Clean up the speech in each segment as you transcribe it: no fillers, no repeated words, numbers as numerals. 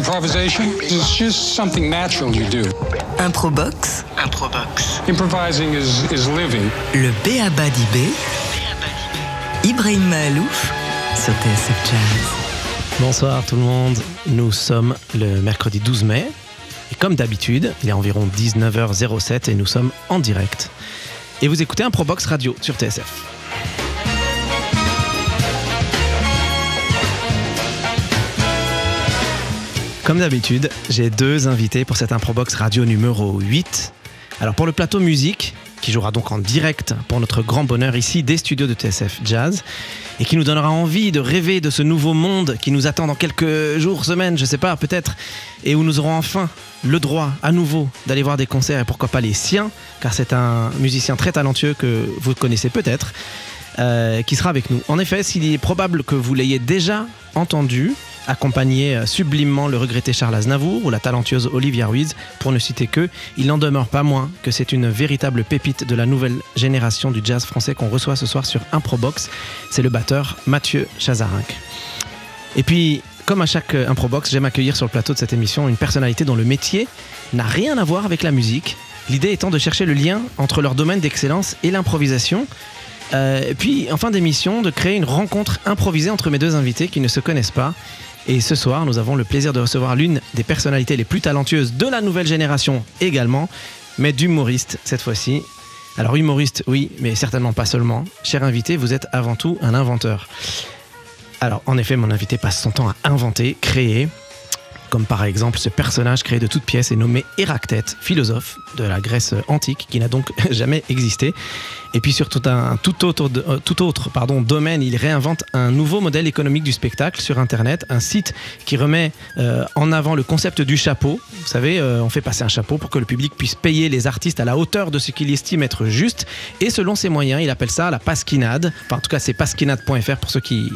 Improvisation is just something natural you do. Improbox. Improvising is living. Le B.A.B.A. d'IB. Ibrahim Mahalouf sur TSF Jazz. Bonsoir tout le monde, nous sommes le mercredi 12 mai et comme d'habitude, il est environ 19h07 et nous sommes en direct. Et vous écoutez Improbox Radio sur TSF. Comme d'habitude, j'ai deux invités pour cette Improbox Radio numéro 8. Alors pour le plateau musique, qui jouera donc en direct pour notre grand bonheur ici des studios de TSF Jazz et qui nous donnera envie de rêver de ce nouveau monde qui nous attend dans quelques jours, semaines, je sais pas, peut-être, et où nous aurons enfin le droit à nouveau d'aller voir des concerts et pourquoi pas les siens, car c'est un musicien très talentueux que vous connaissez peut-être, qui sera avec nous. En effet, s'il est probable que vous l'ayez déjà entendu accompagner sublimement le regretté Charles Aznavour ou la talentueuse Olivia Ruiz, pour ne citer que, il n'en demeure pas moins que c'est une véritable pépite de la nouvelle génération du jazz français qu'on reçoit ce soir sur Improbox. C'est le batteur Mathieu Chazarinck. Et puis, comme à chaque Improbox, j'aime accueillir sur le plateau de cette émission une personnalité dont le métier n'a rien à voir avec la musique, l'idée étant de chercher le lien entre leur domaine d'excellence et l'improvisation. Et puis, en fin d'émission, de créer une rencontre improvisée entre mes deux invités qui ne se connaissent pas. Et ce soir, nous avons le plaisir de recevoir l'une des personnalités les plus talentueuses de la nouvelle génération également, mais d'humoriste cette fois-ci. Alors humoriste, oui, mais certainement pas seulement. Cher invité, vous êtes avant tout un inventeur. Alors en effet, mon invité passe son temps à inventer, créer, comme par exemple ce personnage créé de toutes pièces et nommé Héractète, philosophe de la Grèce antique, qui n'a donc jamais existé. Et puis sur tout autre domaine, il réinvente un nouveau modèle économique du spectacle sur Internet, un site qui remet en avant le concept du chapeau. Vous savez, on fait passer un chapeau pour que le public puisse payer les artistes à la hauteur de ce qu'il estime être juste. Et selon ses moyens, il appelle ça la pasquinade. Enfin, en tout cas, c'est pasquinade.fr pour ceux qui...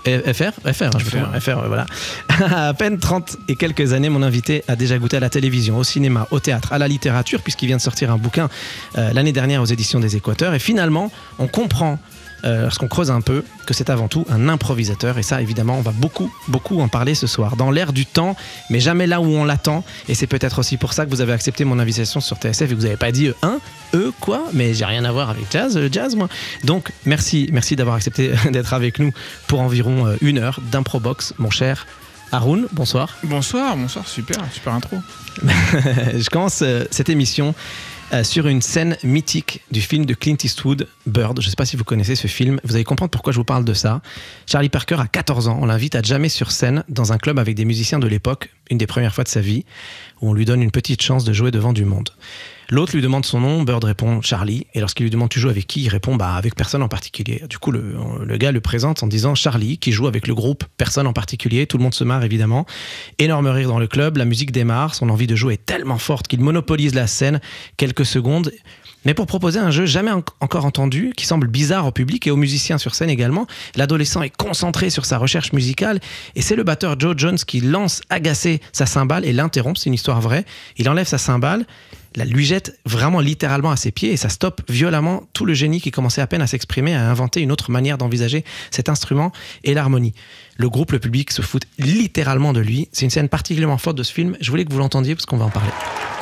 FR, voilà. À peine 30 et quelques années, mon invité a déjà goûté à la télévision, au cinéma, au théâtre, à la littérature, puisqu'il vient de sortir un bouquin l'année dernière aux éditions des Équateurs. Et finalement, on comprend, lorsqu'on creuse un peu, que c'est avant tout un improvisateur. Et ça, évidemment, on va beaucoup en parler ce soir. Dans l'air du temps, mais jamais là où on l'attend. Et c'est peut-être aussi pour ça que vous avez accepté mon invitation sur TSF et que vous n'avez pas dit quoi, mais j'ai rien à voir avec jazz moi. Donc merci d'avoir accepté d'être avec nous pour environ une heure d'Improbox, mon cher Haroun. Bonsoir. Bonsoir, super intro. Je commence cette émission sur une scène mythique du film de Clint Eastwood, Bird. Je ne sais pas si vous connaissez ce film, vous allez comprendre pourquoi je vous parle de ça. Charlie Parker a 14 ans, on l'invite à jammer sur scène dans un club avec des musiciens de l'époque, une des premières fois de sa vie, où on lui donne une petite chance de jouer devant du monde. L'autre lui demande son nom, Bird répond Charlie, et lorsqu'il lui demande tu joues avec qui, il répond avec personne en particulier. Du coup le gars le présente en disant Charlie, qui joue avec le groupe personne en particulier, tout le monde se marre évidemment, énorme rire dans le club, la musique démarre, son envie de jouer est tellement forte qu'il monopolise la scène quelques secondes, mais pour proposer un jeu jamais encore entendu, qui semble bizarre au public et aux musiciens sur scène également. L'adolescent est concentré sur sa recherche musicale, et c'est le batteur Joe Jones qui lance agacé sa cymbale et l'interrompt, c'est une histoire vraie, il enlève sa cymbale, lui jette vraiment littéralement à ses pieds et ça stoppe violemment tout le génie qui commençait à peine à s'exprimer, à inventer une autre manière d'envisager cet instrument et l'harmonie. Le groupe, le public se fout littéralement de lui. C'est une scène particulièrement forte de ce film. Je voulais que vous l'entendiez parce qu'on va en parler.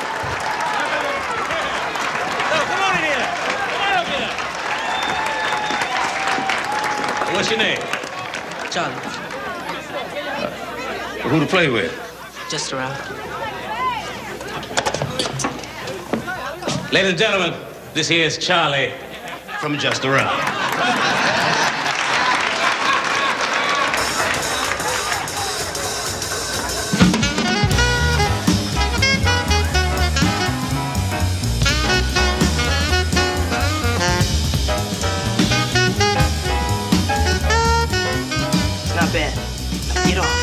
What's your name? Charlie. Who to play with? Just around. Ladies and gentlemen, this here is Charlie from Just Around. It's not bad. Get off.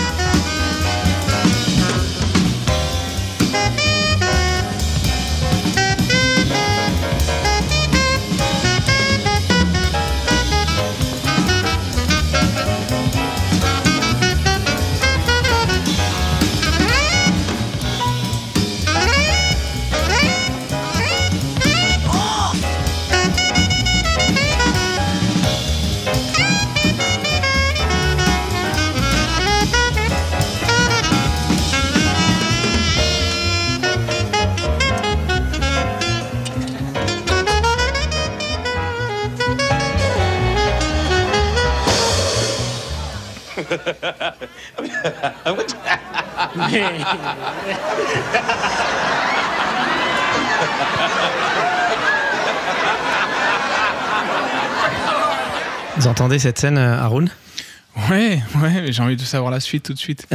Vous entendez cette scène, Haroun ? Ouais, mais j'ai envie de savoir la suite tout de suite.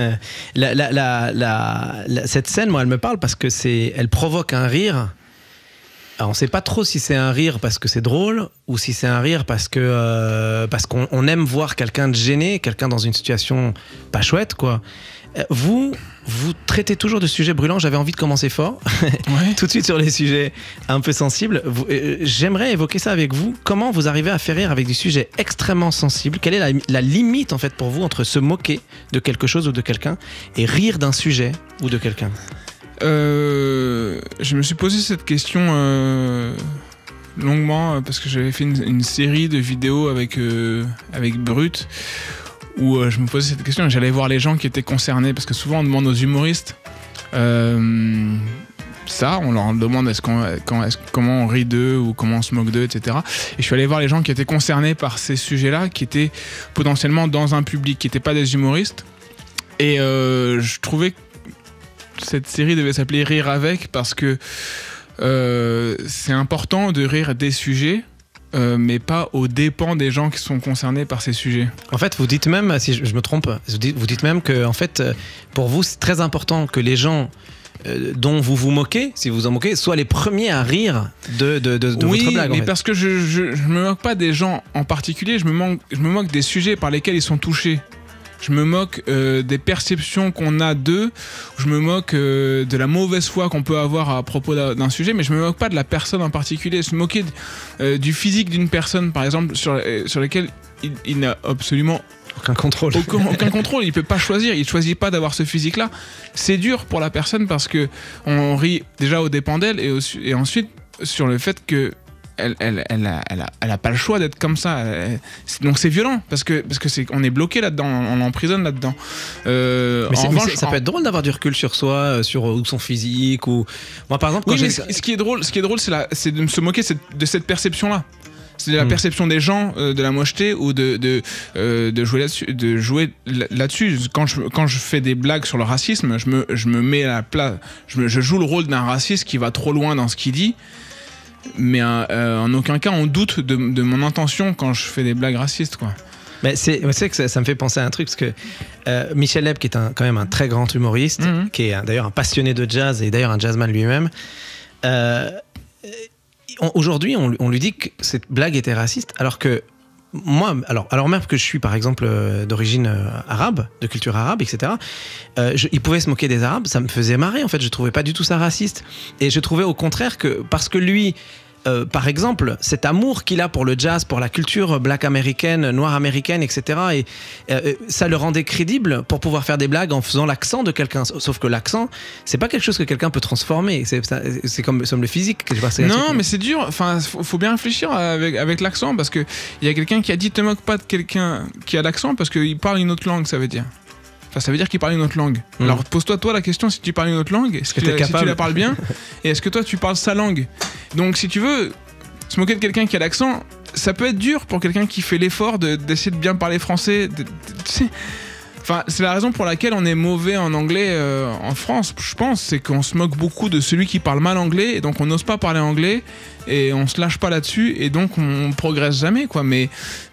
Cette scène, moi, elle me parle parce que elle provoque un rire. Alors, on ne sait pas trop si c'est un rire parce que c'est drôle ou si c'est un rire parce qu'on aime voir quelqu'un de gêné, quelqu'un dans une situation pas chouette, quoi. Vous traitez toujours de sujets brûlants. J'avais envie de commencer fort, Ouais. tout de suite sur les sujets un peu sensibles. J'aimerais évoquer ça avec vous. Comment vous arrivez à faire rire avec des sujets extrêmement sensibles ? Quelle est la limite en fait pour vous entre se moquer de quelque chose ou de quelqu'un et rire d'un sujet ou de quelqu'un ? Je me suis posé cette question longuement parce que j'avais fait une série de vidéos avec Brut où je me posais cette question et j'allais voir les gens qui étaient concernés parce que souvent on demande aux humoristes ça, on leur demande comment on rit d'eux ou comment on se moque d'eux, etc. Et je suis allé voir les gens qui étaient concernés par ces sujets-là, qui étaient potentiellement dans un public, qui n'étaient pas des humoristes. Et je trouvais que cette série devait s'appeler Rire avec parce que c'est important de rire des sujets. Mais pas aux dépens des gens qui sont concernés par ces sujets. En fait, vous dites même, si je me trompe, vous dites même que en fait, pour vous, c'est très important que les gens dont vous vous moquez, si vous vous en moquez, soient les premiers à rire de votre blague. Oui, mais parce que je me moque pas des gens en particulier, je me moque des sujets par lesquels ils sont touchés. Je me moque des perceptions qu'on a d'eux, je me moque de la mauvaise foi qu'on peut avoir à propos d'un sujet, mais je me moque pas de la personne en particulier. Je me moquer du physique d'une personne, par exemple, sur lequel il n'a absolument aucun contrôle. Aucun contrôle, il peut pas choisir, il choisit pas d'avoir ce physique-là. C'est dur pour la personne parce que on rit déjà aux dépens d'elle et ensuite sur le fait que elle a pas le choix d'être comme ça. Donc c'est violent parce que on est bloqué là-dedans, on l'emprisonne là-dedans. Mais ça peut être drôle d'avoir du recul sur soi, sur son physique ou moi par exemple. Ce qui est drôle, c'est de se moquer de cette perception-là. C'est de la perception des gens, de la mocheté ou de jouer là-dessus. Quand je fais des blagues sur le racisme, je me mets à la place, je joue le rôle d'un raciste qui va trop loin dans ce qu'il dit. Mais en aucun cas on doute de mon intention quand je fais des blagues racistes, quoi. Mais c'est que ça me fait penser à un truc parce que Michel Leb, qui est quand même un très grand humoriste, qui est d'ailleurs un passionné de jazz et d'ailleurs un jazzman lui-même, aujourd'hui on lui dit que cette blague était raciste alors que moi, alors même que je suis par exemple d'origine arabe, de culture arabe, etc., il pouvait se moquer des arabes, ça me faisait marrer en fait, je trouvais pas du tout ça raciste. Et je trouvais au contraire que, parce que lui, par exemple, cet amour qu'il a pour le jazz, pour la culture black américaine, noire américaine, etc., et ça le rendait crédible pour pouvoir faire des blagues en faisant l'accent de quelqu'un. Sauf que l'accent, c'est pas quelque chose que quelqu'un peut transformer. C'est comme le physique. Non, mais c'est dur. Enfin, faut bien réfléchir avec l'accent parce que il y a quelqu'un qui a dit te moque pas de quelqu'un qui a l'accent parce qu'il parle une autre langue, ça veut dire. Enfin, ça veut dire qu'il parle une autre langue. Alors, pose-toi la question, si tu parles une autre langue, est-ce que si tu la parles bien, et est-ce que toi, tu parles sa langue ? Donc, si tu veux se moquer de quelqu'un qui a l'accent, ça peut être dur pour quelqu'un qui fait l'effort d'essayer de bien parler français. Enfin, c'est la raison pour laquelle on est mauvais en anglais en France, je pense. C'est qu'on se moque beaucoup de celui qui parle mal anglais, et donc on n'ose pas parler anglais, et on se lâche pas là-dessus, et donc on progresse jamais, quoi. Mais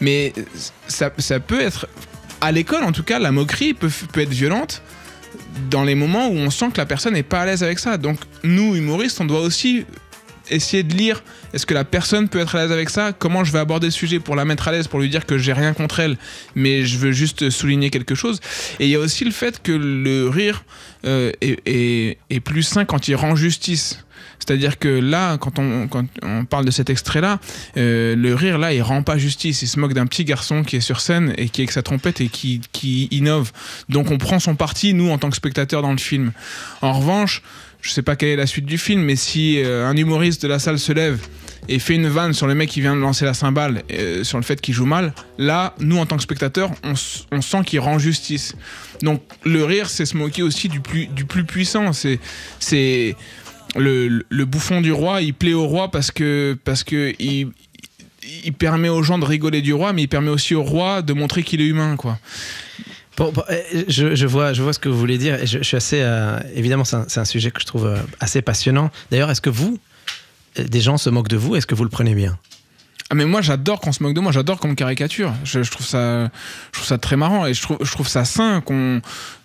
ça peut être... À l'école, en tout cas, la moquerie peut être violente dans les moments où on sent que la personne n'est pas à l'aise avec ça. Donc, nous, humoristes, on doit aussi essayer de lire, est-ce que la personne peut être à l'aise avec ça ? Comment je vais aborder le sujet pour la mettre à l'aise, pour lui dire que j'ai rien contre elle, mais je veux juste souligner quelque chose. Et il y a aussi le fait que le rire est plus sain quand il rend justice. C'est-à-dire que là, quand on parle de cet extrait-là, le rire, là, il rend pas justice. Il se moque d'un petit garçon qui est sur scène et qui est avec sa trompette et qui innove. Donc on prend son parti, nous, en tant que spectateurs dans le film. En revanche, je sais pas quelle est la suite du film, mais si un humoriste de la salle se lève et fait une vanne sur le mec qui vient de lancer la cymbale, sur le fait qu'il joue mal, là, nous, en tant que spectateurs, on sent qu'il rend justice. Donc le rire, c'est se moquer aussi du plus puissant. C'est le bouffon du roi, il plaît au roi parce que il permet aux gens de rigoler du roi, mais il permet aussi au roi de montrer qu'il est humain, quoi. Je vois ce que vous voulez dire. Et je suis assez. Évidemment, c'est un sujet que je trouve assez passionnant. D'ailleurs, est-ce que des gens se moquent de vous? Est-ce que vous le prenez bien? Ah, mais moi j'adore qu'on se moque de moi, j'adore qu'on me caricature. Je trouve ça très marrant et je trouve ça sain qu'on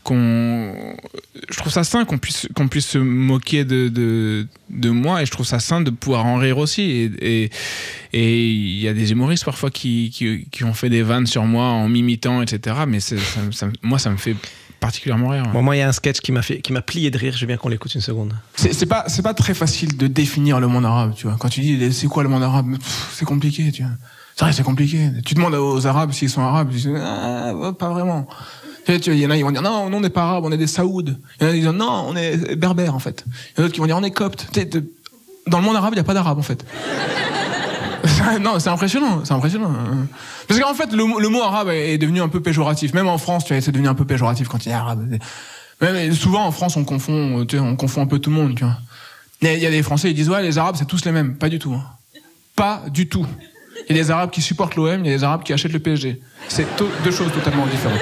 puisse se moquer de moi, et je trouve ça sain de pouvoir en rire aussi. Et il y a des humoristes parfois qui ont fait des vannes sur moi en m'imitant, etc. Mais moi ça me fait particulièrement rire. Bon, moi il y a un sketch qui m'a plié de rire. Je veux bien qu'on l'écoute une seconde. C'est pas très facile de définir le monde arabe, tu vois. Quand tu dis c'est quoi le monde arabe, c'est compliqué, tu vois. C'est vrai, c'est compliqué. Tu demandes aux Arabes s'ils sont arabes, ils disent pas vraiment. Tu vois, il y en a, ils vont dire non, on n'est pas arabes, on est des Saouds. Il y en a qui disent non, on est berbères en fait. Il y en a d'autres qui vont dire on est coptes. Dans le monde arabe, il n'y a pas d'arabe en fait. Non, c'est impressionnant. Parce qu'en fait, le mot arabe est devenu un peu péjoratif. Même en France, tu vois, c'est devenu un peu péjoratif quand il y a arabe. Même souvent en France, on confond un peu tout le monde, tu vois. Il y a des Français, ils disent ouais, les Arabes, c'est tous les mêmes. Pas du tout. Hein. Pas du tout. Il y a des Arabes qui supportent l'OM, il y a des Arabes qui achètent le PSG. C'est deux choses totalement différentes.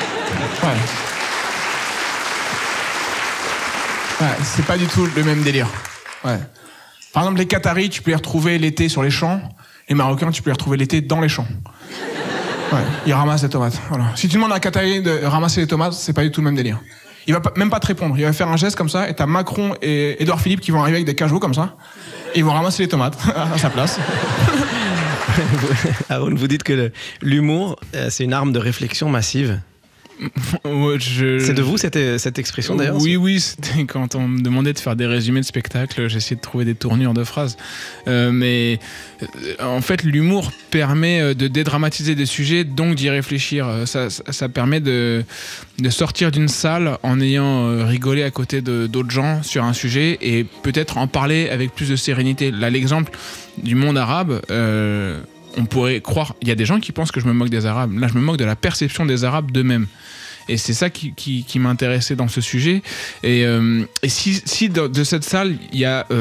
Ouais, c'est pas du tout le même délire. Ouais. Par exemple, les Qataris, tu peux les retrouver l'été sur les champs. Les Marocains, tu peux les retrouver l'été dans les champs. Ouais, ils ramassent les tomates. Voilà. Si tu demandes à un Qatari de ramasser les tomates, c'est pas du tout le même délire. Il va même pas te répondre. Il va faire un geste comme ça, et t'as Macron et Édouard Philippe qui vont arriver avec des cajots comme ça. Et ils vont ramasser les tomates à sa place. Haroun, vous dites que l'humour, c'est une arme de réflexion massive. C'est de vous cette expression d'ailleurs? Oui, c'était quand on me demandait de faire des résumés de spectacles, j'essayais de trouver des tournures de phrases. Mais en fait, l'humour permet de dédramatiser des sujets, donc d'y réfléchir. Ça permet de sortir d'une salle en ayant rigolé à côté d'autres gens sur un sujet et peut-être en parler avec plus de sérénité. Là, l'exemple du monde arabe... on pourrait croire, il y a des gens qui pensent que je me moque des Arabes. Là, je me moque de la perception des Arabes d'eux-mêmes. Et c'est ça qui m'intéressait dans ce sujet. Et si de cette salle, il y a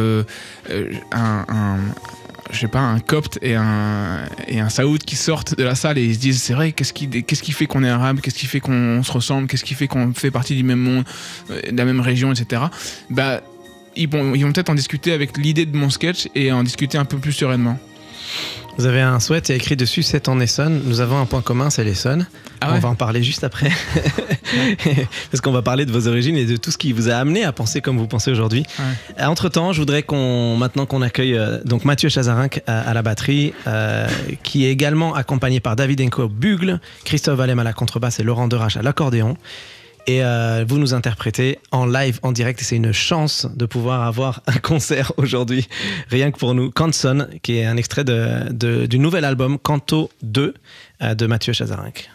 un copte et un saoud qui sortent de la salle et ils se disent c'est vrai, qu'est-ce qui fait qu'on est arabe, qu'est-ce qui fait qu'on se ressemble, qu'est-ce qui fait qu'on fait partie du même monde, de la même région, etc. Bah, ils vont peut-être en discuter avec l'idée de mon sketch et en discuter un peu plus sereinement. Vous avez un souhait, il y a écrit dessus, c'est en Essonne. Nous avons un point commun, c'est l'Essonne. On va en parler juste après. Parce qu'on va parler de vos origines et de tout ce qui vous a amené à penser comme vous pensez aujourd'hui. Ouais. Entre-temps, je voudrais maintenant qu'on accueille donc Mathieu Chazarinck à la batterie, qui est également accompagné par David Enko au bugle, Christophe Valem à la contrebasse et Laurent Derache à l'accordéon. Et vous nous interprétez en live, en direct, et c'est une chance de pouvoir avoir un concert aujourd'hui, rien que pour nous. Canson, qui est un extrait du nouvel album Canto 2 de Mathieu Chazarinck.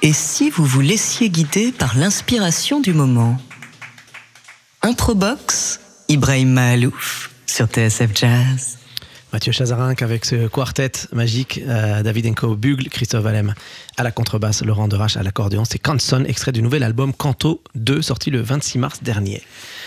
Et si vous vous laissiez guider par l'inspiration du moment? Improbox, Ibrahim Mahalouf sur TSF Jazz. Mathieu Chazarinck avec ce quartet magique, David Enko au bugle, Christophe Valem à la contrebasse, Laurent Derache à l'accordéon. C'est Canson, extrait du nouvel album Canto 2, sorti le 26 mars dernier.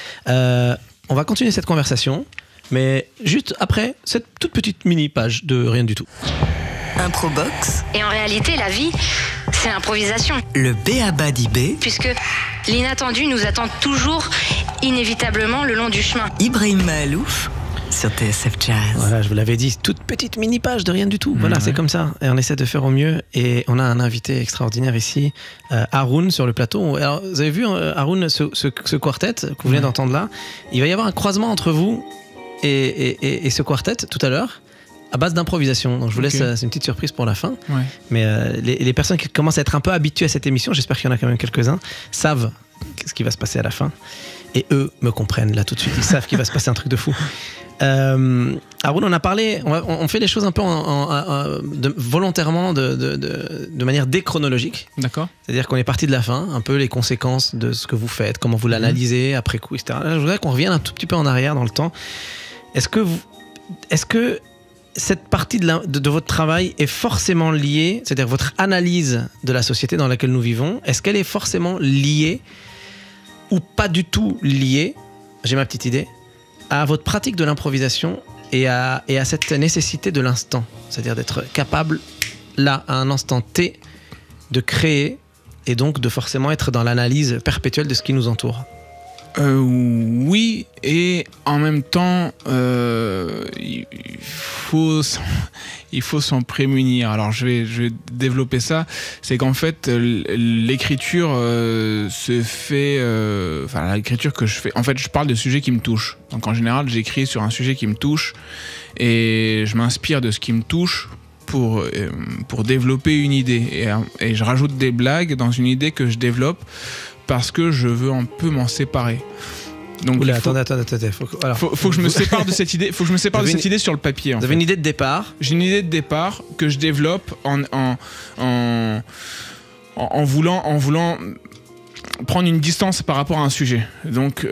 On va continuer cette conversation, mais juste après cette toute petite mini-page de rien du tout. Improbox. Et en réalité, la vie, c'est l'improvisation. Le B.A.B.A. d'IB. Puisque l'inattendu nous attend toujours, inévitablement, le long du chemin. Ibrahim Mahalouf sur TSF Jazz. Voilà, je vous l'avais dit, toute petite mini-page de rien du tout. Voilà, c'est comme ça. Et on essaie de faire au mieux. Et on a un invité extraordinaire ici, Haroun, sur le plateau. Alors, vous avez vu, Haroun, ce quartet que vous venez d'entendre là, il va y avoir un croisement entre vous et ce quartet tout à l'heure, à base d'improvisation. Donc je vous laisse, c'est une petite surprise pour la fin. Ouais. Mais les personnes qui commencent à être un peu habituées à cette émission, j'espère qu'il y en a quand même quelques-uns, savent ce qui va se passer à la fin. Et eux me comprennent là tout de suite. Ils savent qu'il va se passer un truc de fou. Haroun, on a parlé, on fait les choses un peu volontairement de manière déchronologique. D'accord. C'est-à-dire qu'on est parti de la fin, un peu les conséquences de ce que vous faites, comment vous l'analysez après coup, etc. Là, je voudrais qu'on revienne un tout petit peu en arrière dans le temps. Est-ce que cette partie de votre travail est forcément liée, c'est-à-dire votre analyse de la société dans laquelle nous vivons, est-ce qu'elle est forcément liée ou pas du tout liée, j'ai ma petite idée, à votre pratique de l'improvisation et à cette nécessité de l'instant, c'est-à-dire d'être capable, là, à un instant T, de créer et donc de forcément être dans l'analyse perpétuelle de ce qui nous entoure? Oui, et en même temps, il faut s'en prémunir. Alors je vais développer ça. C'est qu'en fait, l'écriture se fait... l'écriture que je fais... En fait, je parle de sujets qui me touchent. Donc en général, j'écris sur un sujet qui me touche et je m'inspire de ce qui me touche pour développer une idée. Et je rajoute des blagues dans une idée que je développe parce que je veux un peu m'en séparer. Donc oula, attendez. Faut que je me sépare de cette idée. Faut que je me sépare de cette idée sur le papier. Vous avez une idée de départ? J'ai une idée de départ que je développe en voulant prendre une distance par rapport à un sujet. Donc,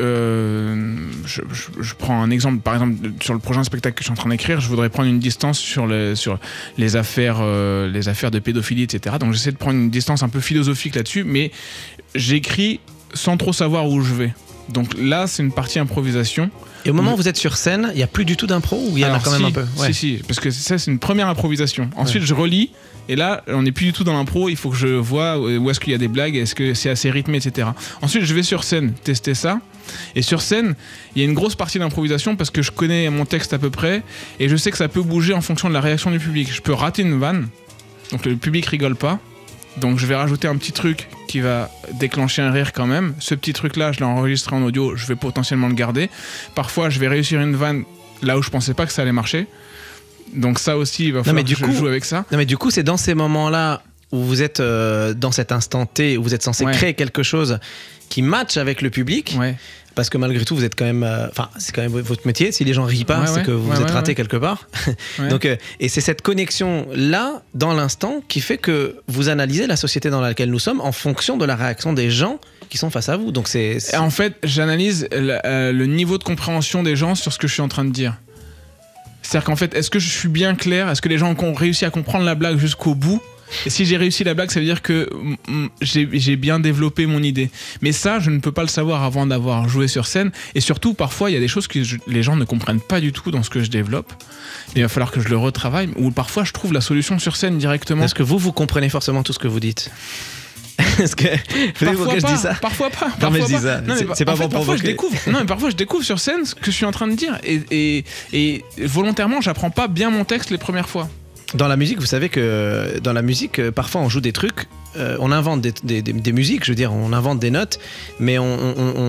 je prends un exemple. Par exemple, sur le prochain spectacle que je suis en train d'écrire, je voudrais prendre une distance sur les affaires de pédophilie, etc. Donc, j'essaie de prendre une distance un peu philosophique là-dessus, mais j'écris sans trop savoir où je vais. Donc là, c'est une partie improvisation. Et au moment où vous êtes sur scène, il n'y a plus du tout d'impro ou il y en a quand même un peu? Ouais. Si, parce que ça, c'est une première improvisation. Ensuite, je relis. Et là, on n'est plus du tout dans l'impro, il faut que je vois où est-ce qu'il y a des blagues, est-ce que c'est assez rythmé, etc. Ensuite, je vais sur scène tester ça. Et sur scène, il y a une grosse partie d'improvisation parce que je connais mon texte à peu près et je sais que ça peut bouger en fonction de la réaction du public. Je peux rater une vanne, donc le public rigole pas. Donc je vais rajouter un petit truc qui va déclencher un rire quand même. Ce petit truc-là, je l'ai enregistré en audio, je vais potentiellement le garder. Parfois, je vais réussir une vanne là où je pensais pas que ça allait marcher. Donc ça aussi, il va falloir que je joue avec ça. Non mais du coup, c'est dans ces moments-là où vous êtes dans cet instant T, où vous êtes censé créer quelque chose qui matche avec le public. Ouais. Parce que malgré tout, vous êtes quand même... c'est quand même votre métier. Si les gens rient pas, c'est que vous êtes raté quelque part. Donc, et c'est cette connexion-là, dans l'instant, qui fait que vous analysez la société dans laquelle nous sommes en fonction de la réaction des gens qui sont face à vous. Donc c'est... En fait, j'analyse le niveau de compréhension des gens sur ce que je suis en train de dire. C'est-à-dire qu'en fait, est-ce que je suis bien clair? Est-ce que les gens ont réussi à comprendre la blague jusqu'au bout? Et si j'ai réussi la blague, ça veut dire que j'ai bien développé mon idée. Mais ça, je ne peux pas le savoir avant d'avoir joué sur scène. Et surtout, parfois, il y a des choses que les gens ne comprennent pas du tout dans ce que je développe. Il va falloir que je le retravaille. Ou parfois, je trouve la solution sur scène directement. Est-ce que vous comprenez forcément tout ce que vous dites? Est-ce que parfois je dis ça? Parfois pas. Non mais je dis ça. C'est pas pour provoquer. Parfois je découvre sur scène ce que je suis en train de dire et volontairement j'apprends pas bien mon texte les premières fois. Dans la musique, vous savez que dans la musique, parfois on joue des trucs, on invente des musiques, je veux dire, on invente des notes, mais on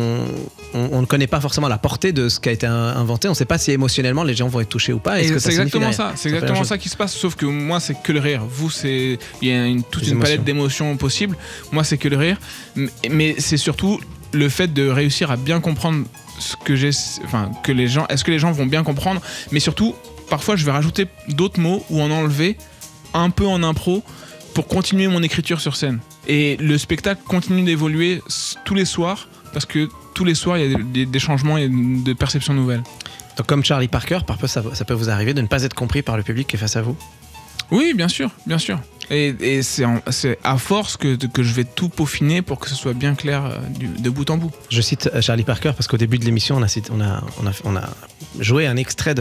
ne connaît pas forcément la portée de ce qui a été inventé. On ne sait pas si émotionnellement les gens vont être touchés ou pas. C'est exactement ça. C'est exactement ça qui se passe. Sauf que moi, c'est que le rire. Vous, il y a toute une palette d'émotions possibles. Moi, c'est que le rire. Mais c'est surtout le fait de réussir à bien comprendre ce que j'ai. Enfin, que les gens. Est-ce que les gens vont bien comprendre? Mais surtout, parfois, je vais rajouter d'autres mots ou en enlever un peu en impro pour continuer mon écriture sur scène. Et le spectacle continue d'évoluer tous les soirs, parce que tous les soirs, il y a des changements et de perceptions nouvelles. Donc comme Charlie Parker, parfois ça peut vous arriver de ne pas être compris par le public qui est face à vous? Oui, bien sûr. Et c'est à force que je vais tout peaufiner pour que ce soit bien clair de bout en bout. Je cite Charlie Parker parce qu'au début de l'émission, on a joué un extrait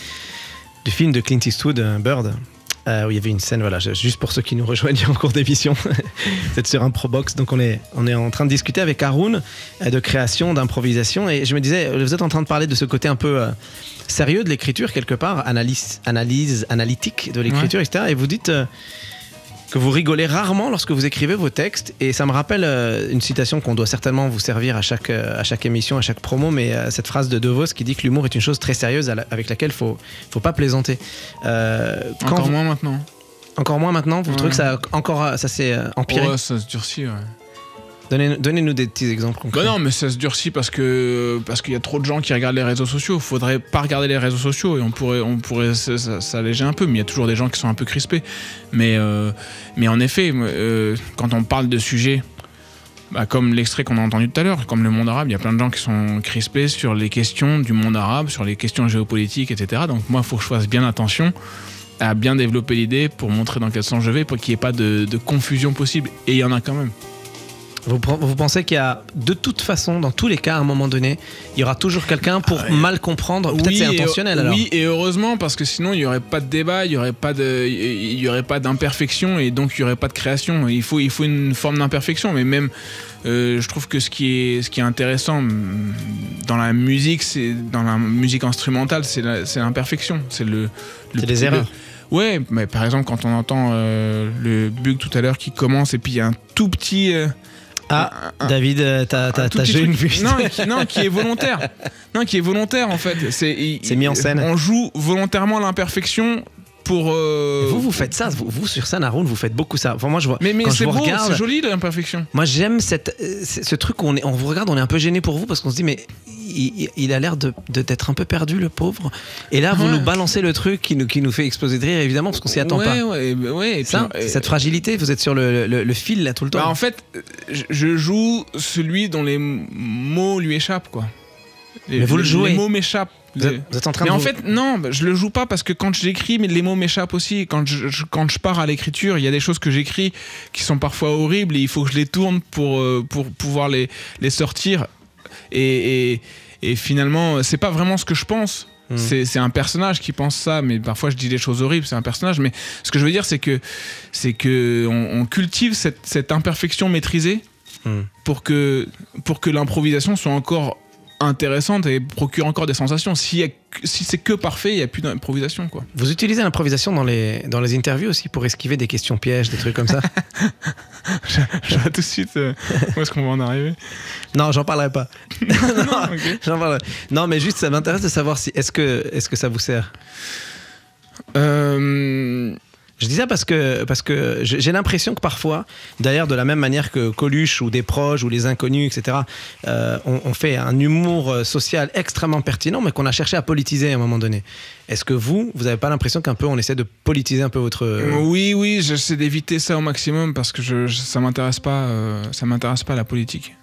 du film de Clint Eastwood, Bird, où il y avait une scène, voilà, juste pour ceux qui nous rejoignent en cours d'émission, c'est sur Improbox. Donc on est en train de discuter avec Haroun de création, d'improvisation, et je me disais, vous êtes en train de parler de ce côté un peu sérieux de l'écriture quelque part, analyse analytique de l'écriture, ouais. Etc. Et vous dites que vous rigolez rarement lorsque vous écrivez vos textes, et ça me rappelle une citation qu'on doit certainement vous servir à chaque émission, à chaque promo, mais cette phrase de De Vos qui dit que l'humour est une chose très sérieuse avec laquelle faut pas plaisanter. Encore moins maintenant. Encore moins maintenant. Vous trouvez que ça s'est empiré? Ouais, ça se durcit, ouais. Donnez-nous des petits exemples concrets. Bah non, mais ça se durcit parce qu'il y a trop de gens qui regardent les réseaux sociaux. Faudrait pas regarder les réseaux sociaux et on pourrait s'alléger un peu, mais il y a toujours des gens qui sont un peu crispés. Mais en effet, quand on parle de sujets comme l'extrait qu'on a entendu tout à l'heure, comme le monde arabe, il y a plein de gens qui sont crispés sur les questions du monde arabe, sur les questions géopolitiques, etc. Donc moi, il faut que je fasse bien attention à bien développer l'idée pour montrer dans quel sens je vais, pour qu'il n'y ait pas de confusion possible. Et il y en a quand même. Vous pensez qu'il y a, de toute façon, dans tous les cas, à un moment donné, il y aura toujours quelqu'un pour mal comprendre? Peut-être c'est intentionnel alors. Oui, et heureusement, parce que sinon il n'y aurait pas de débat, il n'y aurait pas d'imperfection, et donc il n'y aurait pas de création. Il faut une forme d'imperfection, mais même je trouve que ce qui est intéressant dans la musique instrumentale, c'est l'imperfection, c'est les erreurs. Ouais, mais par exemple quand on entend le bug tout à l'heure qui commence et puis il y a un tout petit David, t'as joué une vue. Qui est volontaire. Non, qui est volontaire en fait. C'est mis en scène. On joue volontairement l'imperfection pour. Vous faites ça, vous sur scène, Haroun, vous faites beaucoup ça. Enfin, moi je vois. Mais quand c'est je vous beau, regarde, c'est joli l'imperfection. Moi j'aime ce truc où on vous regarde, on est un peu gêné pour vous parce qu'on se dit mais il a l'air d'être un peu perdu le pauvre. Et là vous nous balancez le truc qui nous fait exploser de rire évidemment parce qu'on s'y attend pas. Ouais. Et ça, puis, cette fragilité, vous êtes sur le fil là tout le temps. En fait, je joue celui dont les mots lui échappent quoi. Mais vous le jouez. Les mots m'échappent. Vous êtes en train de en fait, non, je le joue pas parce que quand j'écris, mais les mots m'échappent aussi. Quand je pars à l'écriture, il y a des choses que j'écris qui sont parfois horribles et il faut que je les tourne pour pouvoir les sortir. Et finalement, c'est pas vraiment ce que je pense. C'est un personnage qui pense ça, mais parfois je dis des choses horribles, c'est un personnage. Mais ce que je veux dire, c'est que on cultive cette imperfection maîtrisée pour que l'improvisation soit encore intéressante et procure encore des sensations. Si c'est que parfait, il n'y a plus d'improvisation quoi. Vous utilisez l'improvisation dans les interviews aussi pour esquiver des questions pièges, des trucs comme ça? Je vois tout de suite où est-ce qu'on va en arriver. Non, j'en parlerai pas. Non, okay. Non, mais juste ça m'intéresse de savoir si est-ce que ça vous sert. Je dis ça parce que j'ai l'impression que parfois, d'ailleurs de la même manière que Coluche ou des proches ou les inconnus, etc., on fait un humour social extrêmement pertinent, mais qu'on a cherché à politiser à un moment donné. Est-ce que vous n'avez pas l'impression qu'un peu on essaie de politiser un peu votre... Oui, j'essaie d'éviter ça au maximum parce que ça m'intéresse pas la politique.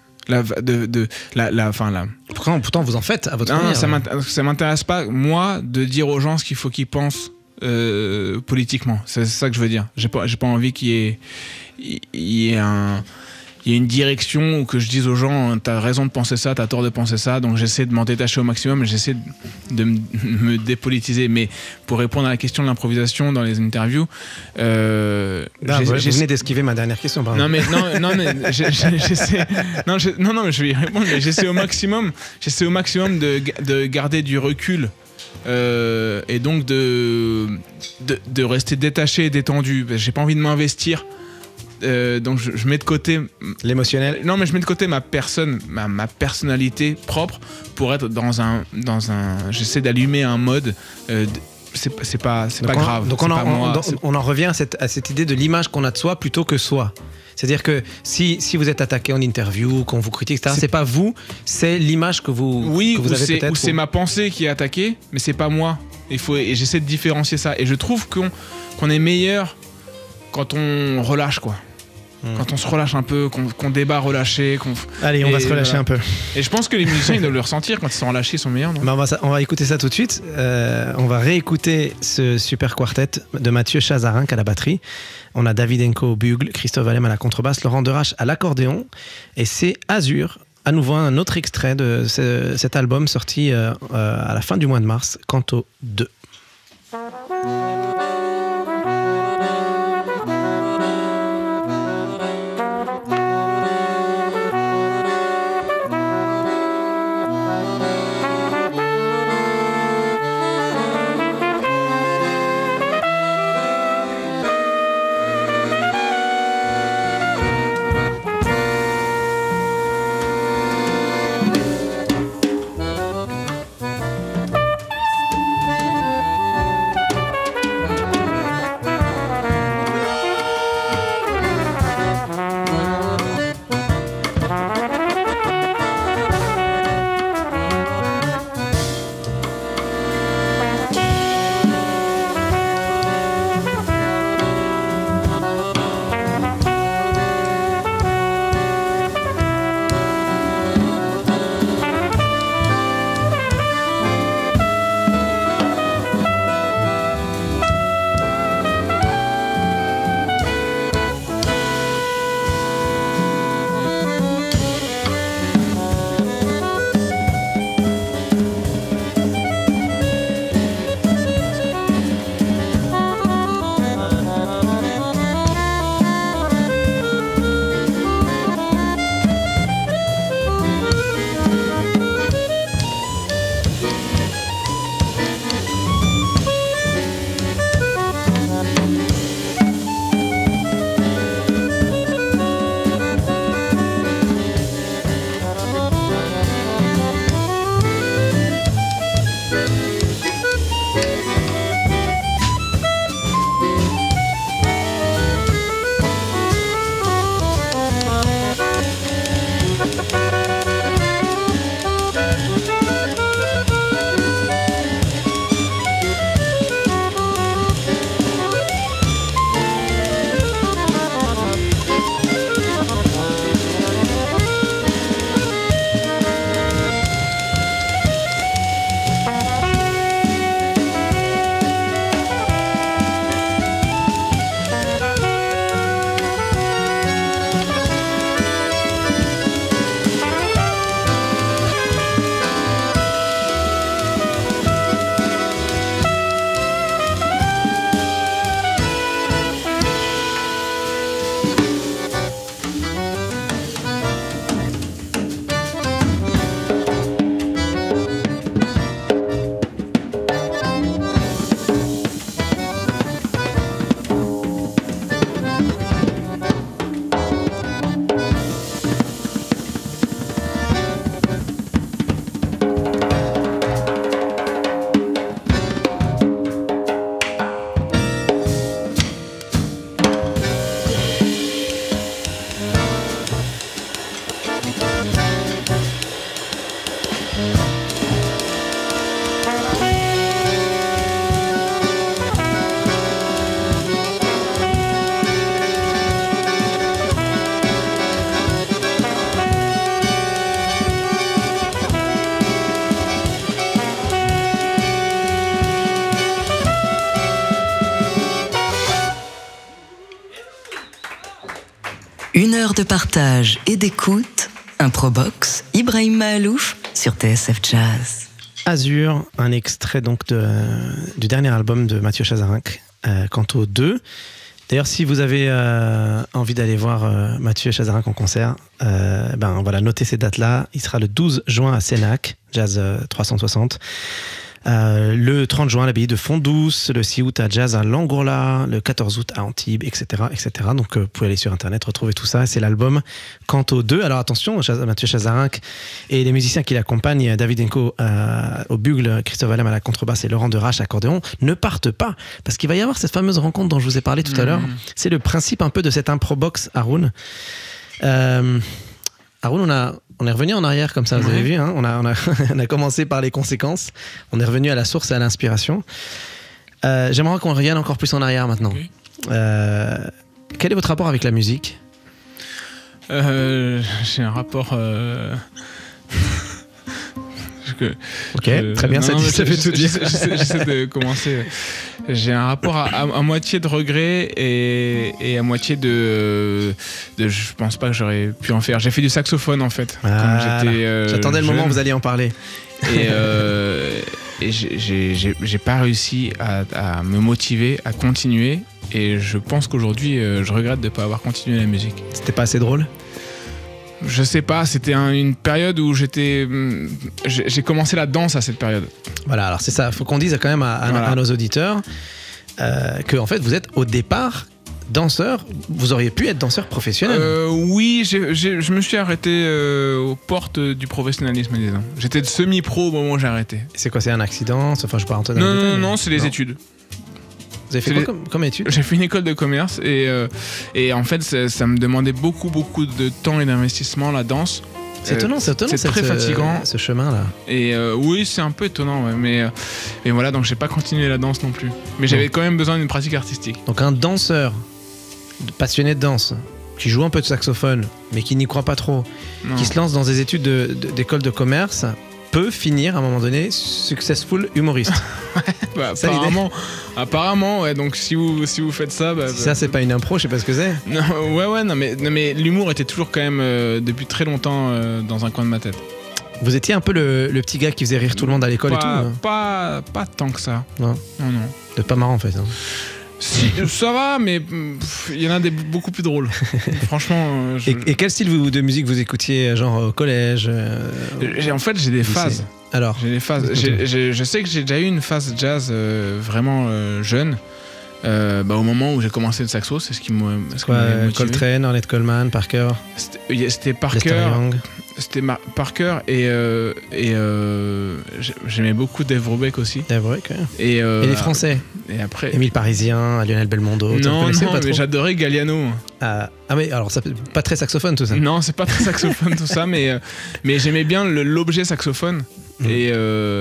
Pourtant vous en faites à votre manière. Ça m'intéresse pas, moi, de dire aux gens ce qu'il faut qu'ils pensent politiquement. C'est ça que je veux dire. J'ai pas envie qu'il y ait une direction où que je dise aux gens t'as raison de penser ça, t'as tort de penser ça, donc j'essaie de m'en détacher au maximum, j'essaie de me dépolitiser. Mais pour répondre à la question de l'improvisation dans les interviews, vous venez d'esquiver ma dernière question, pardon. Non mais j'essaie mais je vais y répondre, mais j'essaie au maximum de garder du recul. Et donc de rester détaché et détendu. J'ai pas envie de m'investir, donc je mets de côté l'émotionnel. Non, mais je mets de côté ma personne, ma personnalité propre pour être dans un. J'essaie d'allumer un mode. C'est pas grave. Donc on en revient à cette idée de l'image qu'on a de soi plutôt que soi. C'est-à-dire que si vous êtes attaqué en interview, qu'on vous critique, etc., c'est pas vous, c'est l'image que vous avez peut-être. Ou c'est ma pensée qui est attaquée, mais c'est pas moi. Et j'essaie de différencier ça. Et je trouve qu'on est meilleur quand on relâche, quoi. Quand on se relâche un peu, qu'on débat relâché. Allez, on va se relâcher un peu. Et je pense que les musiciens, ils doivent le ressentir quand ils sont relâchés, ils sont meilleurs, non? On va écouter ça tout de suite. On va réécouter ce super quartet de Mathieu Chazarinck à la batterie. On a David Enko au bugle, Christophe Valem à la contrebasse, Laurent Derache à l'accordéon. Et c'est Azur, à nouveau un autre extrait de cet album sorti à la fin du mois de mars, Canto 2. Une heure de partage et d'écoute, Improbox, Ibrahim Mahalouf sur TSF Jazz. Azur, un extrait donc du dernier album de Mathieu Chazarinck, Canto 2. D'ailleurs, si vous avez envie d'aller voir Mathieu Chazarinck en concert, voilà, notez ces dates-là. Il sera le 12 juin à Sénac, Jazz 360. Le 30 juin à l'abbaye de Font-Douce, le 6 août à Jazz à Langourla, le 14 août à Antibes, etc. Donc vous pouvez aller sur internet, retrouver tout ça. C'est l'album Canto 2. Alors attention, Mathieu Chazarinck et les musiciens qui l'accompagnent, David Enko au bugle, Christophe Valem à la contrebasse et Laurent Derache à l'accordéon, ne partent pas, parce qu'il va y avoir cette fameuse rencontre dont je vous ai parlé tout à l'heure. C'est le principe un peu de cette improbox, Haroun. Haroun, on est revenu en arrière comme ça, vous avez vu, hein, on a commencé par les conséquences, on est revenu à la source et à l'inspiration. J'aimerais qu'on revienne encore plus en arrière maintenant. Okay. Quel est votre rapport avec la musique ? J'ai un rapport. Ok, très bien, ça fait tout dire. J'essaie de commencer. J'ai un rapport à moitié de regret et à moitié de. Je pense pas que j'aurais pu en faire. J'ai fait du saxophone en fait. Voilà. Comme j'étais. J'attendais le moment où vous alliez en parler. Et j'ai pas réussi à me motiver, à continuer. Et je pense qu'aujourd'hui, je regrette de pas avoir continué la musique. C'était pas assez drôle? Je sais pas, c'était une période où j'ai commencé la danse à cette période. Voilà, alors c'est ça, faut qu'on dise quand même à nos auditeurs que en fait vous êtes au départ danseur, vous auriez pu être danseur professionnel. Oui, je me suis arrêté aux portes du professionnalisme, disons. J'étais semi-pro au moment où j'ai arrêté. C'est quoi, c'est un accident? Enfin, je peux pas rentrer dans Non, c'est les études. Vous avez fait quoi comme études? J'ai fait une école de commerce et en fait ça me demandait beaucoup de temps et d'investissement, la danse. C'est étonnant, c'est très fatigant. Ce chemin-là. Et oui, c'est un peu étonnant, ouais, mais voilà, donc j'ai pas continué la danse non plus. Mais j'avais quand même besoin d'une pratique artistique. Donc un danseur passionné de danse, qui joue un peu de saxophone, mais qui n'y croit pas trop, qui se lance dans des études d'école de commerce, peut finir à un moment donné successful humoriste. Bah, apparemment, ouais. Donc si vous faites ça, si ça c'est pas une impro, je sais pas ce que c'est. Non, mais l'humour était toujours quand même depuis très longtemps dans un coin de ma tête. Vous étiez un peu le petit gars qui faisait rire tout le monde à l'école et tout. Hein. Pas tant que ça. Non. C'est pas marrant en fait. Hein. Si, ça va, mais il y en a des beaucoup plus drôles. Franchement. Et quel style de musique vous écoutiez, genre au collège En fait, j'ai des phases. Alors, j'ai des phases. Je sais que j'ai déjà eu une phase jazz vraiment jeune. Au moment où j'ai commencé le saxo, c'est ce qui m'a motivé. Coltrane, Ornette Coleman, Parker. C'était Parker. C'était Parker et j'aimais beaucoup Dave Brubeck aussi. Dave Brubeck, ouais. Et les Français. Et après. Émile Parisien, Lionel Belmondo. Non, mais j'adorais Galliano. Mais alors ça pas très saxophone tout ça. Non, c'est pas très saxophone tout ça, mais j'aimais bien l'objet saxophone. Et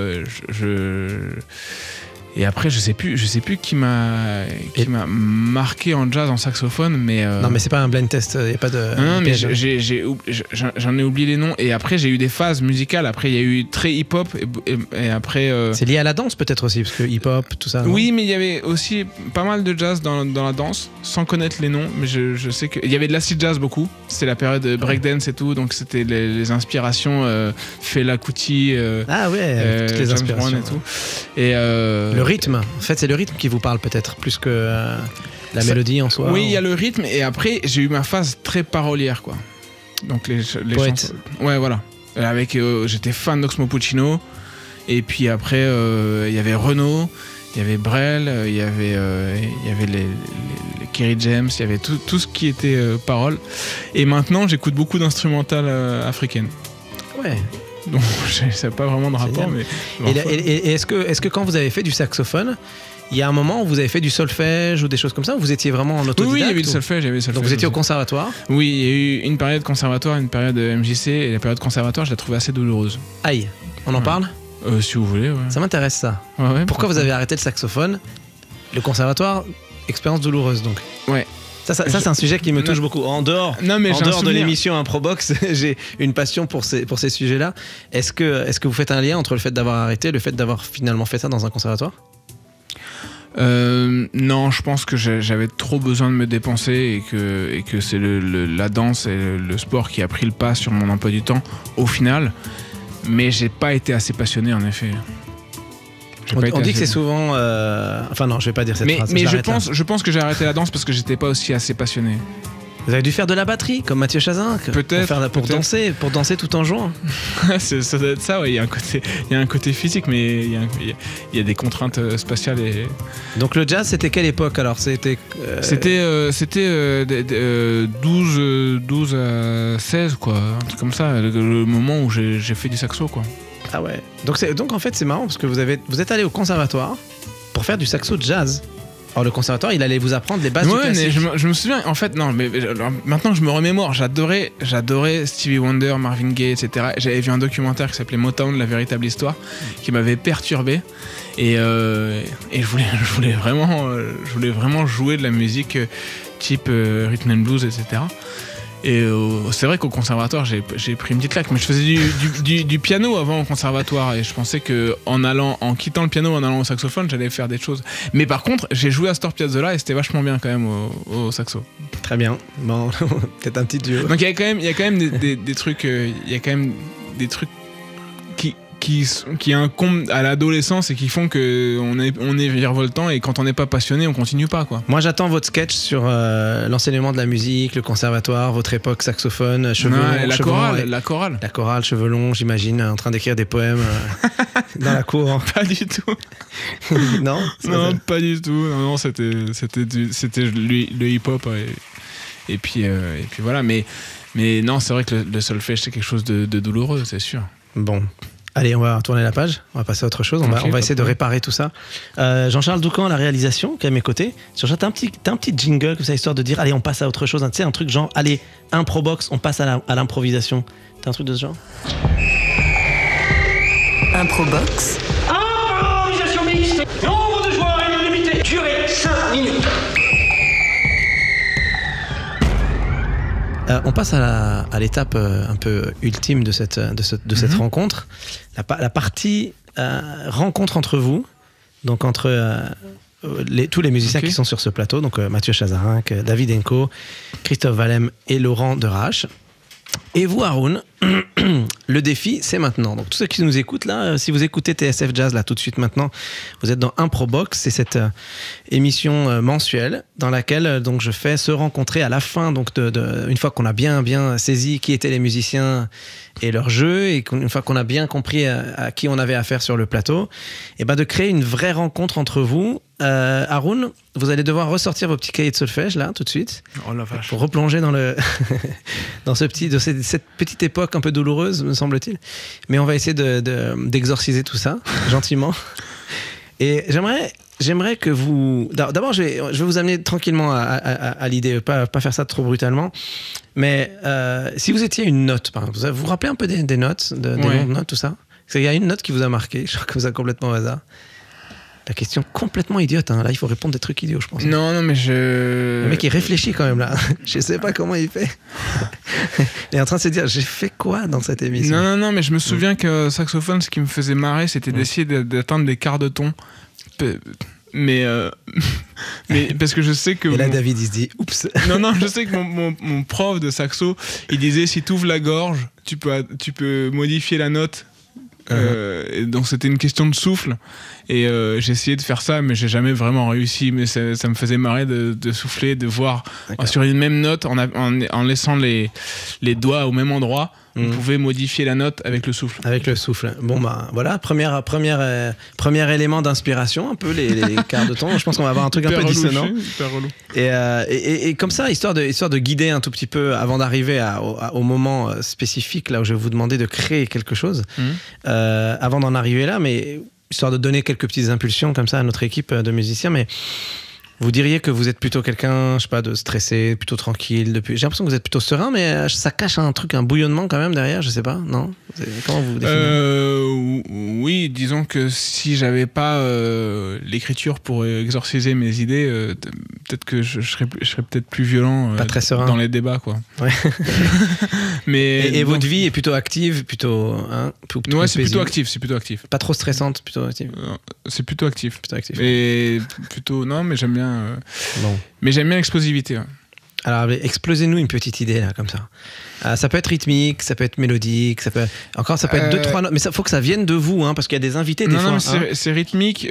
et après, je sais plus qui m'a marqué en jazz en saxophone, mais non, mais c'est pas un blind test, y a pas de. Non, mais j'en ai oublié les noms. Et après, j'ai eu des phases musicales. Après, il y a eu très hip-hop et après. C'est lié à la danse peut-être aussi, parce que hip-hop, tout ça. Oui, mais il y avait aussi pas mal de jazz dans la danse, sans connaître les noms. Mais je sais qu'il y avait de l'acid jazz beaucoup. C'est la période breakdance et tout, donc c'était les inspirations Fela Kuti. Toutes les inspirations et tout. Et le rythme, en fait, c'est le rythme qui vous parle peut-être plus que la mélodie en soi. Oui, il y a le rythme et après j'ai eu ma phase très parolière, quoi. Donc les poète. Ouais, voilà. Avec j'étais fan d'Oxmo Puccino et puis après il y avait Renaud, il y avait Brel, il y avait les Kerry James, il y avait tout ce qui était paroles. Et maintenant j'écoute beaucoup d'instrumentales africaines. Ouais. Donc ça n'a pas vraiment de rapport, mais. Et est-ce que quand vous avez fait du saxophone, il y a un moment où vous avez fait du solfège ou des choses comme ça, où vous étiez vraiment en autodidacte? Oui, il y avait le solfège, Donc vous étiez au conservatoire? Oui, il y a eu une période conservatoire, une période MJC, et la période conservatoire, je la trouvais assez douloureuse. Aïe, on en parle? Si vous voulez, ouais. Ça m'intéresse ça. Ouais, pourquoi vous avez arrêté le saxophone? Le conservatoire, expérience douloureuse donc. Ouais. Ça c'est un sujet qui me touche beaucoup. En dehors de l'émission Improbox, j'ai une passion pour ces sujets-là. Est-ce que vous faites un lien entre le fait d'avoir arrêté et le fait d'avoir finalement fait ça dans un conservatoire? Non, je pense que j'avais trop besoin de me dépenser et que c'est la danse et le sport qui a pris le pas sur mon emploi du temps au final. Mais j'ai pas été assez passionné en effet. On dit que c'est souvent. Enfin non, je vais pas dire cette phrase. Mais je pense que j'ai arrêté la danse parce que j'étais pas aussi assez passionné. Vous avez dû faire de la batterie comme Mathieu Chazin, pour danser tout en jouant. Ça doit être ça, ouais. Il y a un côté physique, mais il y a des contraintes spatiales. Donc le jazz, c'était quelle époque alors? C'était 12 à 16 quoi, un truc comme ça, le moment où j'ai fait du saxo quoi. Ah ouais. Donc en fait c'est marrant parce que vous êtes allé au conservatoire pour faire du saxo jazz. Alors le conservatoire, il allait vous apprendre les bases du classique. Mais je me souviens, en fait, non, mais maintenant je me remémore, j'adorais Stevie Wonder, Marvin Gaye, etc. J'avais vu un documentaire qui s'appelait Motown, la véritable histoire, qui m'avait perturbé. Et je voulais vraiment jouer de la musique type rhythm and blues, etc. Et c'est vrai qu'au conservatoire, j'ai pris une petite claque, mais je faisais du piano avant au conservatoire et je pensais que en quittant le piano, en allant au saxophone, j'allais faire des choses. Mais par contre, j'ai joué à Astor Piazzolla et c'était vachement bien quand même au saxo. Très bien. Bon, peut-être un petit duo. Donc il y a quand même des trucs, il y a quand même des trucs qui incombent à l'adolescence et qui font que on est virevoltant et quand on n'est pas passionné, on continue pas quoi. Moi, j'attends votre sketch sur l'enseignement de la musique, le conservatoire, votre époque saxophone, cheveux longs, la chorale. La chorale, cheveux longs, j'imagine, en train d'écrire des poèmes dans la cour. Pas du tout. Non, pas du tout. Non, c'était le hip-hop et puis voilà. Mais non, c'est vrai que le solfège c'est quelque chose de douloureux, c'est sûr. Bon. Allez, on va tourner la page, on va passer à autre chose, on va essayer de réparer tout ça. Jean-Charles Doucan à la réalisation, qui est à mes côtés. Jean-Charles, t'as un petit jingle comme ça, histoire de dire, allez, on passe à autre chose, tu sais, un truc genre, allez, improbox, on passe à l'improvisation. T'as un truc de ce genre? Improbox. Improvisation mixte. Nombre de joueurs illimité. Durée 5 minutes. On passe à l'étape un peu ultime de cette rencontre, la partie rencontre entre vous, donc entre tous les musiciens qui sont sur ce plateau, donc Mathieu Chazarinck, David Enco, Christophe Valem et Laurent Derache. Et vous, Haroun, le défi, c'est maintenant. Donc, tous ceux qui nous écoutent, là, si vous écoutez TSF Jazz, là, tout de suite maintenant, vous êtes dans Improbox. C'est cette émission mensuelle dans laquelle donc, je fais se rencontrer à la fin, donc, une fois qu'on a bien saisi qui étaient les musiciens et leur jeu, et une fois qu'on a bien compris à qui on avait affaire sur le plateau, et ben de créer une vraie rencontre entre vous. Haroun, vous allez devoir ressortir vos petits cahiers de solfège, là, tout de suite. Oh la vache. Pour replonger dans cette petite époque un peu douloureuse, me semble-t-il. Mais on va essayer d'exorciser tout ça, gentiment. Et j'aimerais que vous... D'abord, je vais vous amener tranquillement à l'idée, pas faire ça trop brutalement. Mais si vous étiez une note, par exemple, vous vous rappelez un peu des notes, des noms de notes, tout ça? Il y a une note qui vous a marqué, je crois que vous a complètement au hasard. La question complètement idiote, hein. Là il faut répondre des trucs idiots, je pense. Non mais Le mec il réfléchit quand même là. Je sais pas comment il fait. Il est en train de se dire j'ai fait quoi dans cette émission. Non mais je me souviens que saxophone, ce qui me faisait marrer, c'était d'essayer d'atteindre des quarts de ton. Mais parce que je sais que... Et là David il se dit oups. Non je sais que mon prof de saxo il disait si tu ouvres la gorge tu peux modifier la note. Et donc c'était une question de souffle et j'ai essayé de faire ça mais j'ai jamais vraiment réussi, mais ça me faisait marrer de souffler, de voir sur une même note en laissant les doigts au même endroit. On pouvait modifier la note avec le souffle. Avec le souffle. Bon bah voilà, premier élément d'inspiration, un peu les quarts de ton. Je pense qu'on va avoir un truc un peu dissonant. Hyper relou. Et comme ça, histoire de guider un tout petit peu avant d'arriver au moment spécifique là où je vais vous demander de créer quelque chose. Avant d'en arriver là, mais histoire de donner quelques petites impulsions comme ça à notre équipe de musiciens, mais vous diriez que vous êtes plutôt quelqu'un, je sais pas, de stressé, plutôt tranquille. J'ai l'impression que vous êtes plutôt serein, mais ça cache un bouillonnement quand même derrière, je sais pas, non? Comment vous définissez? Oui, disons que si j'avais pas l'écriture pour exorciser mes idées, peut-être que je serais peut-être plus violent pas très serein. Dans les débats, quoi. Ouais. Mais et votre vie est plutôt active, plutôt... ouais, c'est plutôt actif. Pas trop stressante, plutôt active. C'est plutôt actif. Et plutôt... Non, mais j'aime bien... Bon. Mais j'aime bien l'explosivité, ouais. Alors, explosez-nous une petite idée, là, comme ça. Ça peut être rythmique, ça peut être mélodique, ça peut être 2-3 notes, mais il faut que ça vienne de vous, hein, parce qu'il y a des invités des fois. Non, c'est rythmique.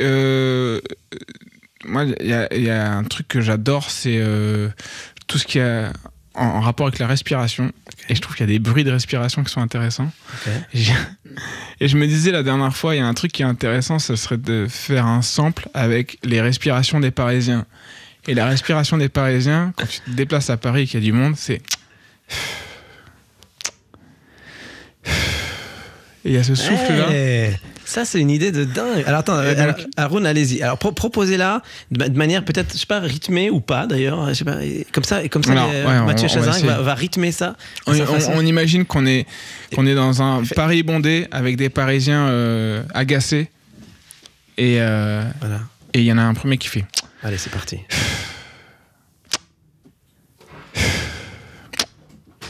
Moi, il y a un truc que j'adore, c'est tout ce qui a en rapport avec la respiration. Okay. Et je trouve qu'il y a des bruits de respiration qui sont intéressants. Okay. Et je me disais la dernière fois, il y a un truc qui est intéressant, ce serait de faire un sample avec les respirations des Parisiens. Et la respiration des Parisiens, quand tu te déplaces à Paris et qu'il y a du monde, c'est... Et il y a ce souffle-là. Ça, c'est une idée de dingue. Alors, attends, Haroun, allez-y. Alors, proposez-la de manière peut-être, je sais pas, rythmée ou pas, d'ailleurs. Je sais pas, comme ça, Mathieu Chazarinck va rythmer ça. On imagine qu'on est dans un Paris bondé avec des Parisiens agacés. Et voilà. Et il y en a un premier qui fait... Allez, c'est parti.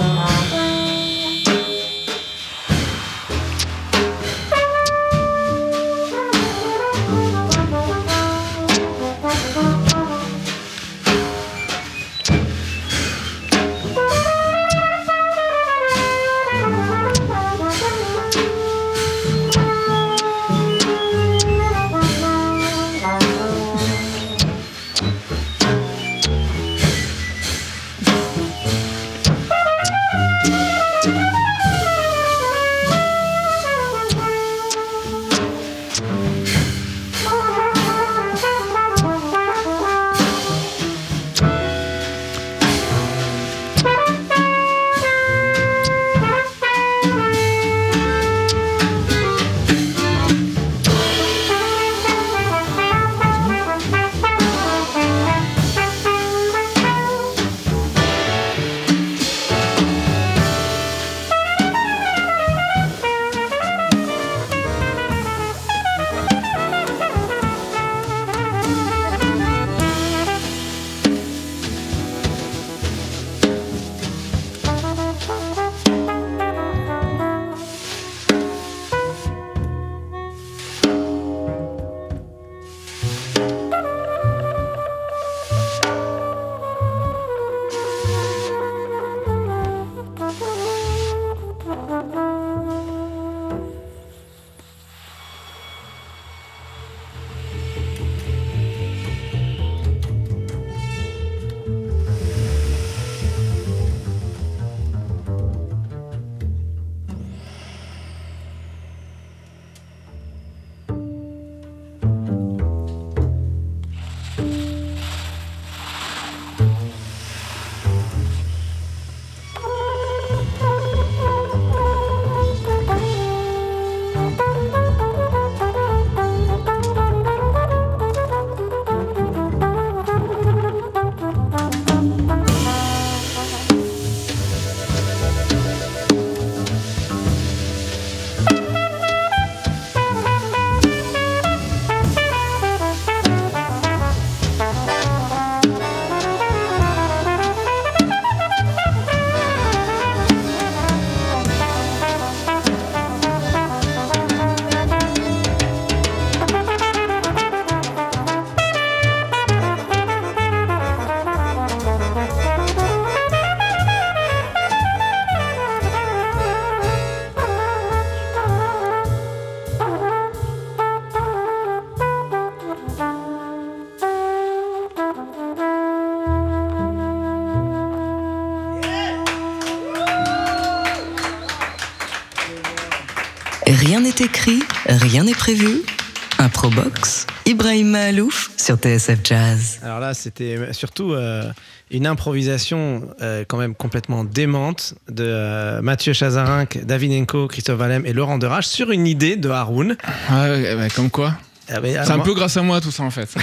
Rien n'est écrit, rien n'est prévu. Improbox, Ibrahim Mahalouf sur TSF Jazz. Alors là, c'était surtout une improvisation quand même complètement démente de Mathieu Chazarinck, David Enko, Christophe Valem et Laurent Derache sur une idée de Haroun. Ouais, comme quoi. C'est un peu grâce à moi tout ça en fait.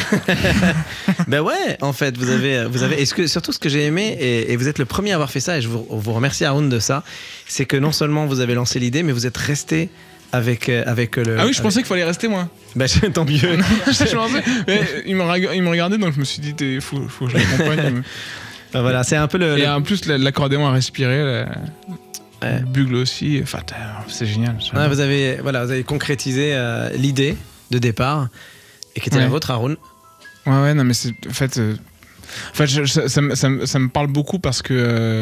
Ben ouais, en fait, vous avez surtout ce que j'ai aimé, et vous êtes le premier à avoir fait ça, et je vous remercie Haroun de ça, c'est que non seulement vous avez lancé l'idée, mais vous êtes resté avec le... Ah oui, je pensais qu'il fallait rester moi. Bah tant mieux. Il me regardait, donc je me suis dit faut que je l'accompagne. Ben voilà, c'est un peu le... Et en plus l'accordéon à respirer, le bugle aussi, enfin c'est génial. Ouais, vous avez concrétisé l'idée de départ, et qui était la vôtre, Haroun. Ouais, non mais c'est en fait ça me parle beaucoup parce que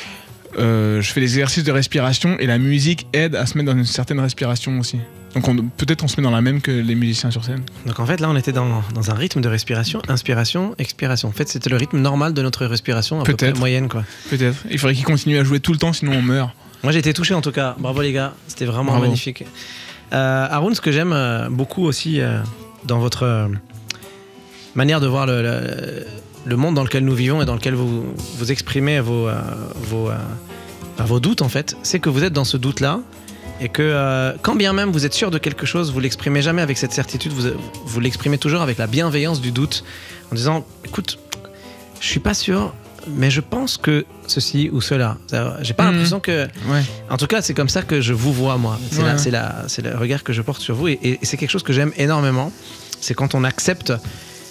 je fais des exercices de respiration et la musique aide à se mettre dans une certaine respiration aussi. Donc peut-être on se met dans la même que les musiciens sur scène. Donc en fait là on était dans un rythme de respiration, inspiration, expiration. En fait c'était le rythme normal de notre respiration, à peu près moyenne quoi. Peut-être. Il faudrait qu'ils continuent à jouer tout le temps, sinon on meurt. Moi j'ai été touché en tout cas. Bravo les gars, c'était vraiment magnifique. Haroun, ce que j'aime beaucoup aussi dans votre manière de voir le monde dans lequel nous vivons et dans lequel vous exprimez vos doutes en fait, c'est que vous êtes dans ce doute-là, et que quand bien même vous êtes sûr de quelque chose, vous l'exprimez jamais avec cette certitude, vous l'exprimez toujours avec la bienveillance du doute, en disant écoute, je suis pas sûr, mais je pense que ceci ou cela. J'ai pas l'impression que... Ouais. En tout cas, c'est comme ça que je vous vois, moi. C'est le regard que je porte sur vous. Et c'est quelque chose que j'aime énormément. C'est quand on accepte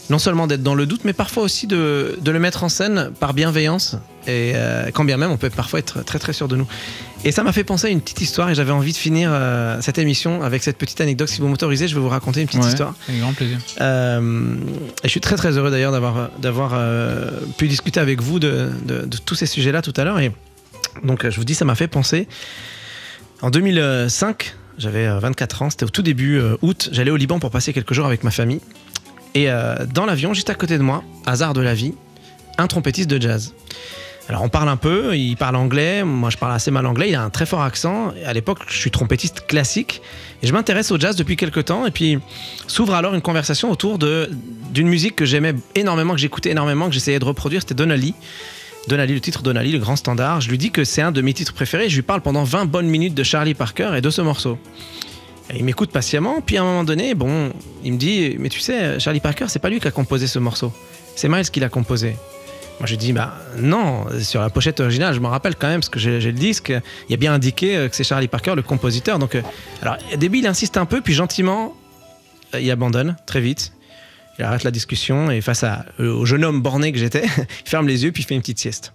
non seulement d'être dans le doute, mais parfois aussi de le mettre en scène par bienveillance, et quand bien même on peut parfois être très très sûr de nous. Et ça m'a fait penser à une petite histoire, et j'avais envie de finir cette émission avec cette petite anecdote. Si vous m'autorisez, je vais vous raconter une petite histoire. Avec grand plaisir. Et je suis très très heureux d'ailleurs d'avoir pu discuter avec vous de tous ces sujets-là tout à l'heure. Et donc je vous dis, ça m'a fait penser. En 2005, j'avais 24 ans, c'était au tout début août, j'allais au Liban pour passer quelques jours avec ma famille. Et dans l'avion, juste à côté de moi, hasard de la vie, un trompettiste de jazz. Alors on parle un peu, il parle anglais, moi je parle assez mal anglais, il a un très fort accent. Et à l'époque, je suis trompettiste classique et je m'intéresse au jazz depuis quelques temps. Et puis s'ouvre alors une conversation autour d'une musique que j'aimais énormément, que j'écoutais énormément, que j'essayais de reproduire, c'était Donnelly. Donnelly, le titre Donnelly, le grand standard. Je lui dis que c'est un de mes titres préférés. Je lui parle pendant 20 bonnes minutes de Charlie Parker et de ce morceau. Et il m'écoute patiemment, puis à un moment donné, il me dit, mais tu sais, Charlie Parker, c'est pas lui qui a composé ce morceau, c'est Miles qui l'a composé. Moi je dis, non, sur la pochette originale, je m'en rappelle quand même, parce que j'ai le disque, il y a bien indiqué que c'est Charlie Parker, le compositeur. Donc, alors, au début, il insiste un peu, puis gentiment, il abandonne très vite. Il arrête la discussion, et face au jeune homme borné que j'étais, il ferme les yeux, puis il fait une petite sieste.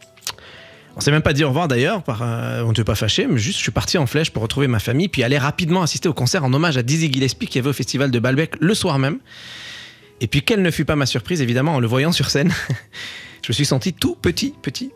On s'est même pas dit au revoir d'ailleurs, on n'était pas fâché, mais juste je suis parti en flèche pour retrouver ma famille, puis aller rapidement assister au concert en hommage à Dizzy Gillespie qui avait au festival de Balbec le soir même. Et puis quelle ne fut pas ma surprise évidemment en le voyant sur scène. Je me suis senti tout petit.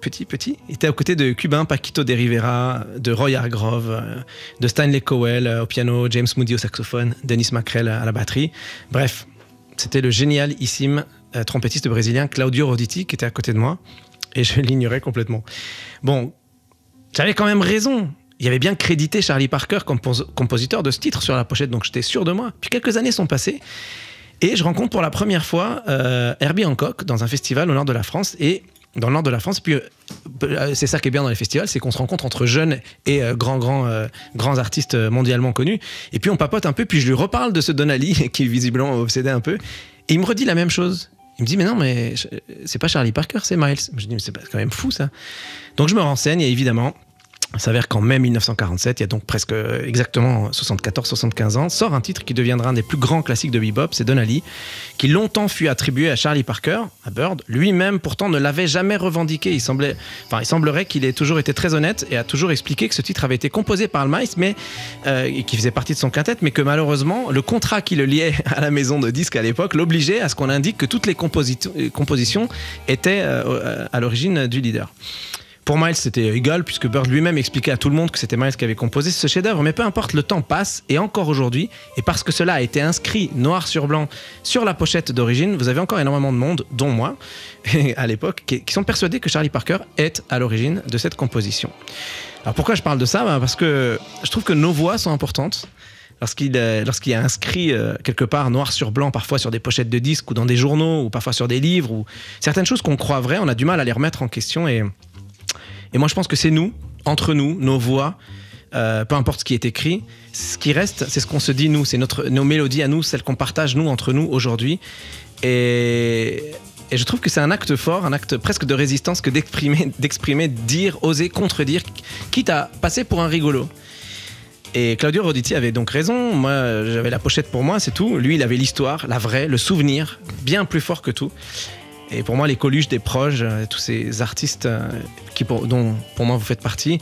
Il était aux côtés de Cubain Paquito de Rivera, de Roy Hargrove, de Stanley Cowell au piano, James Moody au saxophone, Dennis Macrell à la batterie. Bref, c'était le génialissime trompettiste brésilien Claudio Roditi qui était à côté de moi. Et je l'ignorais complètement. Bon, j'avais quand même raison. Il y avait bien crédité Charlie Parker comme compositeur de ce titre sur la pochette, donc j'étais sûr de moi. Puis quelques années sont passées, et je rencontre pour la première fois Herbie Hancock dans un festival au nord de la France. Et dans le nord de la France, puis c'est ça qui est bien dans les festivals, c'est qu'on se rencontre entre jeunes et grands artistes mondialement connus. Et puis on papote un peu, puis je lui reparle de ce Donnelly qui visiblement obsédait un peu. Et il me redit la même chose. Il me dit, mais non, mais c'est pas Charlie Parker, c'est Miles. Je dis, mais c'est quand même fou, ça. Donc je me renseigne, et évidemment, il s'avère qu'en mai 1947, il y a donc presque exactement 74-75 ans, sort un titre qui deviendra un des plus grands classiques de bebop, c'est Donnelly, qui longtemps fut attribué à Charlie Parker, à Bird. Lui-même, pourtant, ne l'avait jamais revendiqué. Il semblerait qu'il ait toujours été très honnête et a toujours expliqué que ce titre avait été composé par Miles, mais et qui faisait partie de son quintet, mais que malheureusement, le contrat qui le liait à la maison de disques à l'époque l'obligeait à ce qu'on indique que toutes les compositions étaient à l'origine du leader. Pour Miles, c'était égal, puisque Bird lui-même expliquait à tout le monde que c'était Miles qui avait composé ce chef-d'œuvre. Mais peu importe, le temps passe, et encore aujourd'hui, et parce que cela a été inscrit noir sur blanc sur la pochette d'origine, vous avez encore énormément de monde, dont moi, à l'époque, qui sont persuadés que Charlie Parker est à l'origine de cette composition. Alors pourquoi je parle de ça ? Parce que je trouve que nos voix sont importantes. Lorsqu'il est inscrit quelque part noir sur blanc, parfois sur des pochettes de disques ou dans des journaux, ou parfois sur des livres, ou certaines choses qu'on croit vraies, on a du mal à les remettre en question. Et moi, je pense que c'est nous, entre nous, nos voix, peu importe ce qui est écrit, ce qui reste, c'est ce qu'on se dit nous, c'est nos mélodies à nous, celles qu'on partage nous, entre nous, aujourd'hui. Et je trouve que c'est un acte fort, un acte presque de résistance que d'exprimer, dire, oser, contredire, quitte à passer pour un rigolo. Et Claudio Roditi avait donc raison. Moi, j'avais la pochette pour moi, c'est tout. Lui, il avait l'histoire, la vraie, le souvenir, bien plus fort que tout. Et pour moi, les Coluche, des Proches, tous ces artistes dont pour moi vous faites partie,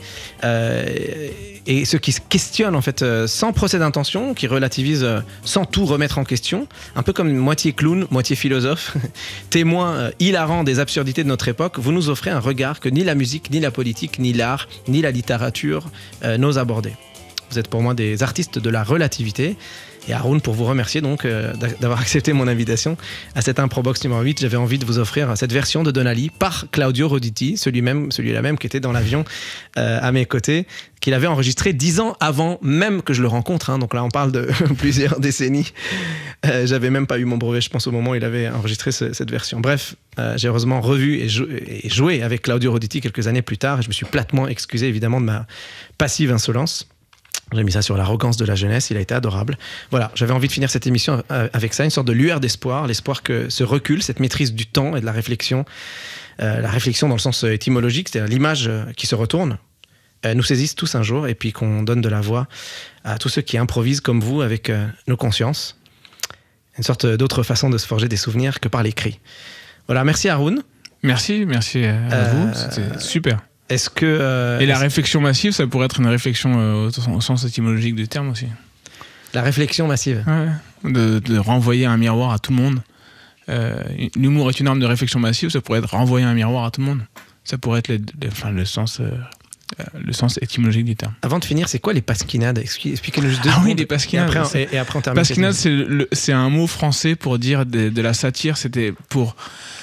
et ceux qui se questionnent en fait sans procès d'intention, qui relativisent sans tout remettre en question, un peu comme moitié clown, moitié philosophe, témoin hilarant des absurdités de notre époque, vous nous offrez un regard que ni la musique, ni la politique, ni l'art, ni la littérature n'osent aborder. Vous êtes pour moi des artistes de la relativité. Et Haroun, pour vous remercier donc d'avoir accepté mon invitation à cette Improbox numéro 8, j'avais envie de vous offrir cette version de Donnelly par Claudio Roditi, celui-là même qui était dans l'avion à mes côtés, qu'il avait enregistré 10 ans avant même que je le rencontre. Donc là, on parle de plusieurs décennies. J'avais même pas eu mon brevet, je pense, au moment où il avait enregistré cette version. Bref, j'ai heureusement revu et joué avec Claudio Roditi quelques années plus tard, et je me suis platement excusé évidemment de ma passive insolence. J'ai mis ça sur l'arrogance de la jeunesse, il a été adorable. Voilà, j'avais envie de finir cette émission avec ça, une sorte de lueur d'espoir, l'espoir que ce recul, cette maîtrise du temps et de la réflexion dans le sens étymologique, c'est-à-dire l'image qui se retourne, nous saisissent tous un jour, et puis qu'on donne de la voix à tous ceux qui improvisent comme vous avec nos consciences. Une sorte d'autre façon de se forger des souvenirs que par l'écrit. Voilà, merci Haroun. Merci à vous, c'était super. Est-ce que... Et la réflexion massive, ça pourrait être une réflexion au sens étymologique du terme aussi. La réflexion massive. Ouais, de renvoyer un miroir à tout le monde. L'humour est une arme de réflexion massive, ça pourrait être renvoyer un miroir à tout le monde. Ça pourrait être le sens étymologique du terme. Avant de finir, c'est quoi les pasquinades? Expliquez-nous juste deux secondes. Oui, les pasquinades. Et après on termine. Pasquinade, c'est un mot français pour dire de la satire. C'était pour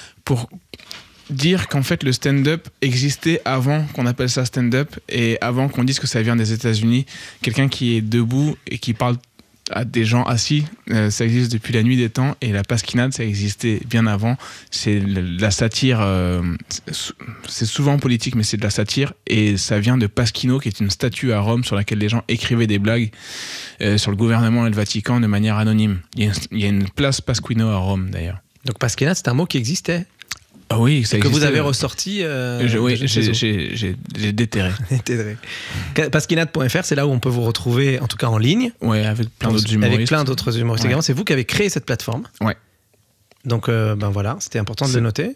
dire qu'en fait le stand-up existait avant qu'on appelle ça stand-up et avant qu'on dise que ça vient des États-Unis. Quelqu'un qui est debout et qui parle à des gens assis, ça existe depuis la nuit des temps, et la pasquinade, ça existait bien avant. C'est la satire, c'est souvent politique, mais c'est de la satire, et ça vient de Pasquino, qui est une statue à Rome sur laquelle les gens écrivaient des blagues sur le gouvernement et le Vatican de manière anonyme. Il y a une place Pasquino à Rome, d'ailleurs. Donc pasquinade, c'est un mot qui existait. Ah oui, ça que existait. vous avez ressorti. Oui, j'ai déterré. Pasquinade.fr, c'est là où on peut vous retrouver, en tout cas en ligne. Ouais, avec plein d'autres humoristes. Avec plein d'autres humoristes également. C'est vous qui avez créé cette plateforme. Ouais. Donc, voilà, c'était important de le noter.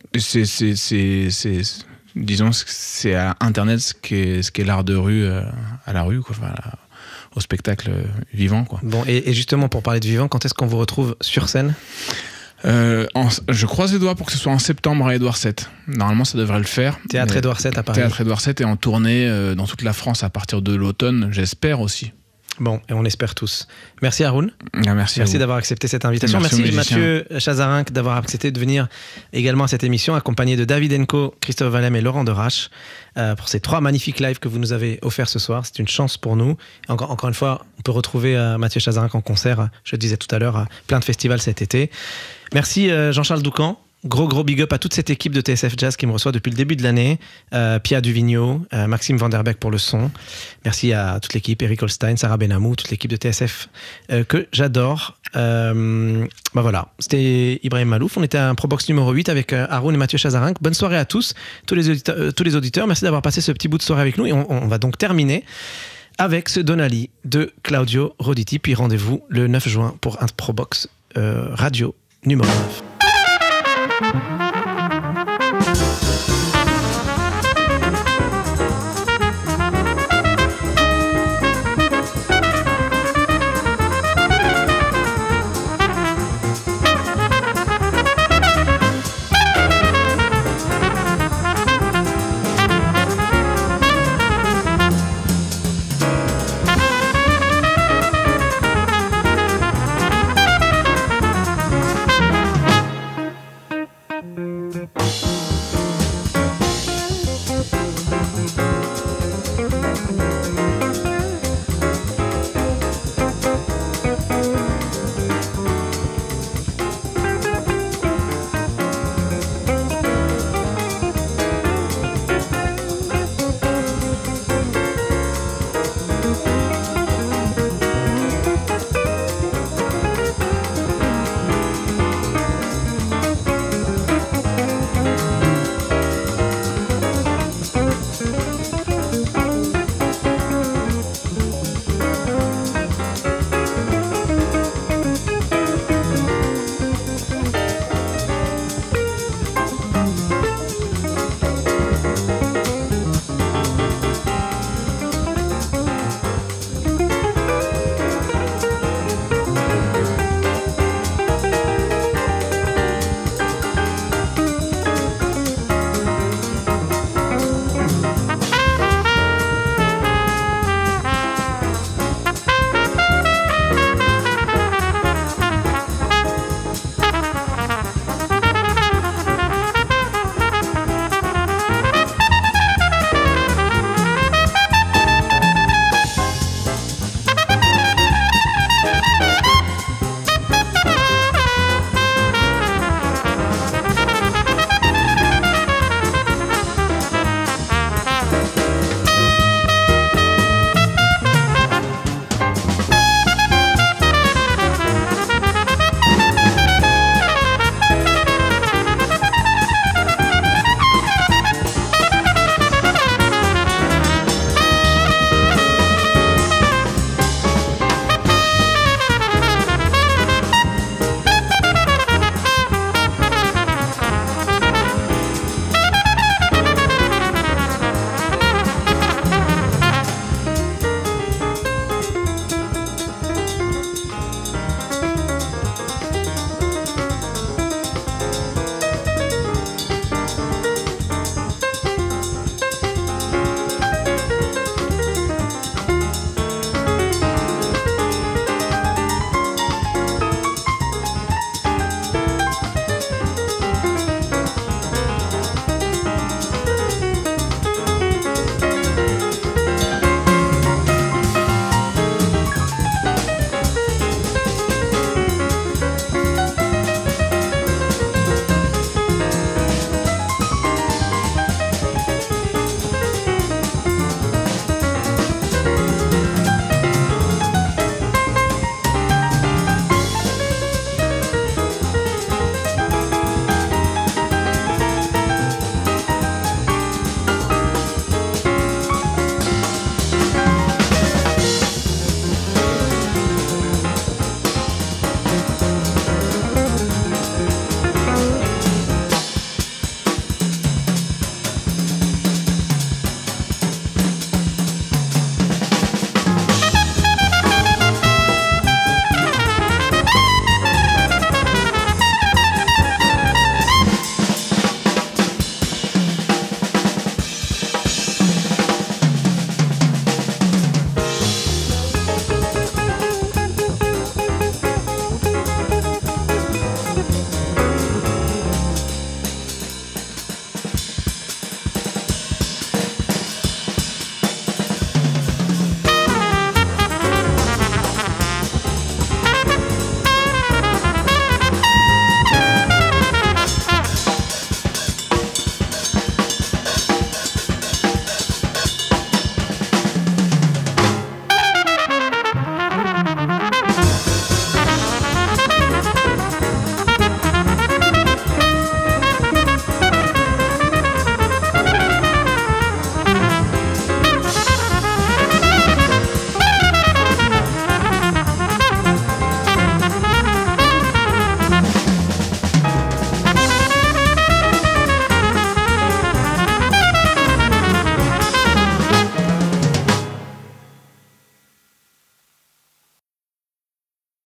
Disons, c'est à Internet ce qu'est l'art de rue à la rue, quoi. Enfin, au spectacle vivant, quoi. Bon, et justement, pour parler de vivant, quand est-ce qu'on vous retrouve sur scène ? Je croise les doigts pour que ce soit en septembre à Édouard VII. Normalement, ça devrait le faire. Théâtre Édouard VII à Paris. Théâtre Édouard VII est en tournée dans toute la France à partir de l'automne, j'espère aussi. Bon, et on espère tous. Merci Haroun. Merci d'avoir accepté cette invitation. Merci Mathieu Chazarinck d'avoir accepté de venir également à cette émission, accompagné de David Enco, Christophe Valem et Laurent Derache, pour ces 3 magnifiques lives que vous nous avez offerts ce soir. C'est une chance pour nous. Encore une fois, on peut retrouver Mathieu Chazarinck en concert, je le disais tout à l'heure, à plein de festivals cet été. Merci Jean-Charles Doucan. Gros big up à toute cette équipe de TSF Jazz qui me reçoit depuis le début de l'année. Pia Duvigneau, Maxime Vanderbeek pour le son. Merci à toute l'équipe, Eric Holstein, Sarah Benamou, toute l'équipe de TSF que j'adore. Voilà, c'était Ibrahim Malouf. On était à un Probox numéro 8 avec Haroun et Mathieu Chazarinck. Bonne soirée à tous les auditeurs. Merci d'avoir passé ce petit bout de soirée avec nous. Et on va donc terminer avec ce Donali de Claudio Roditi. Puis rendez-vous le 9 juin pour un Probox radio numéro 9.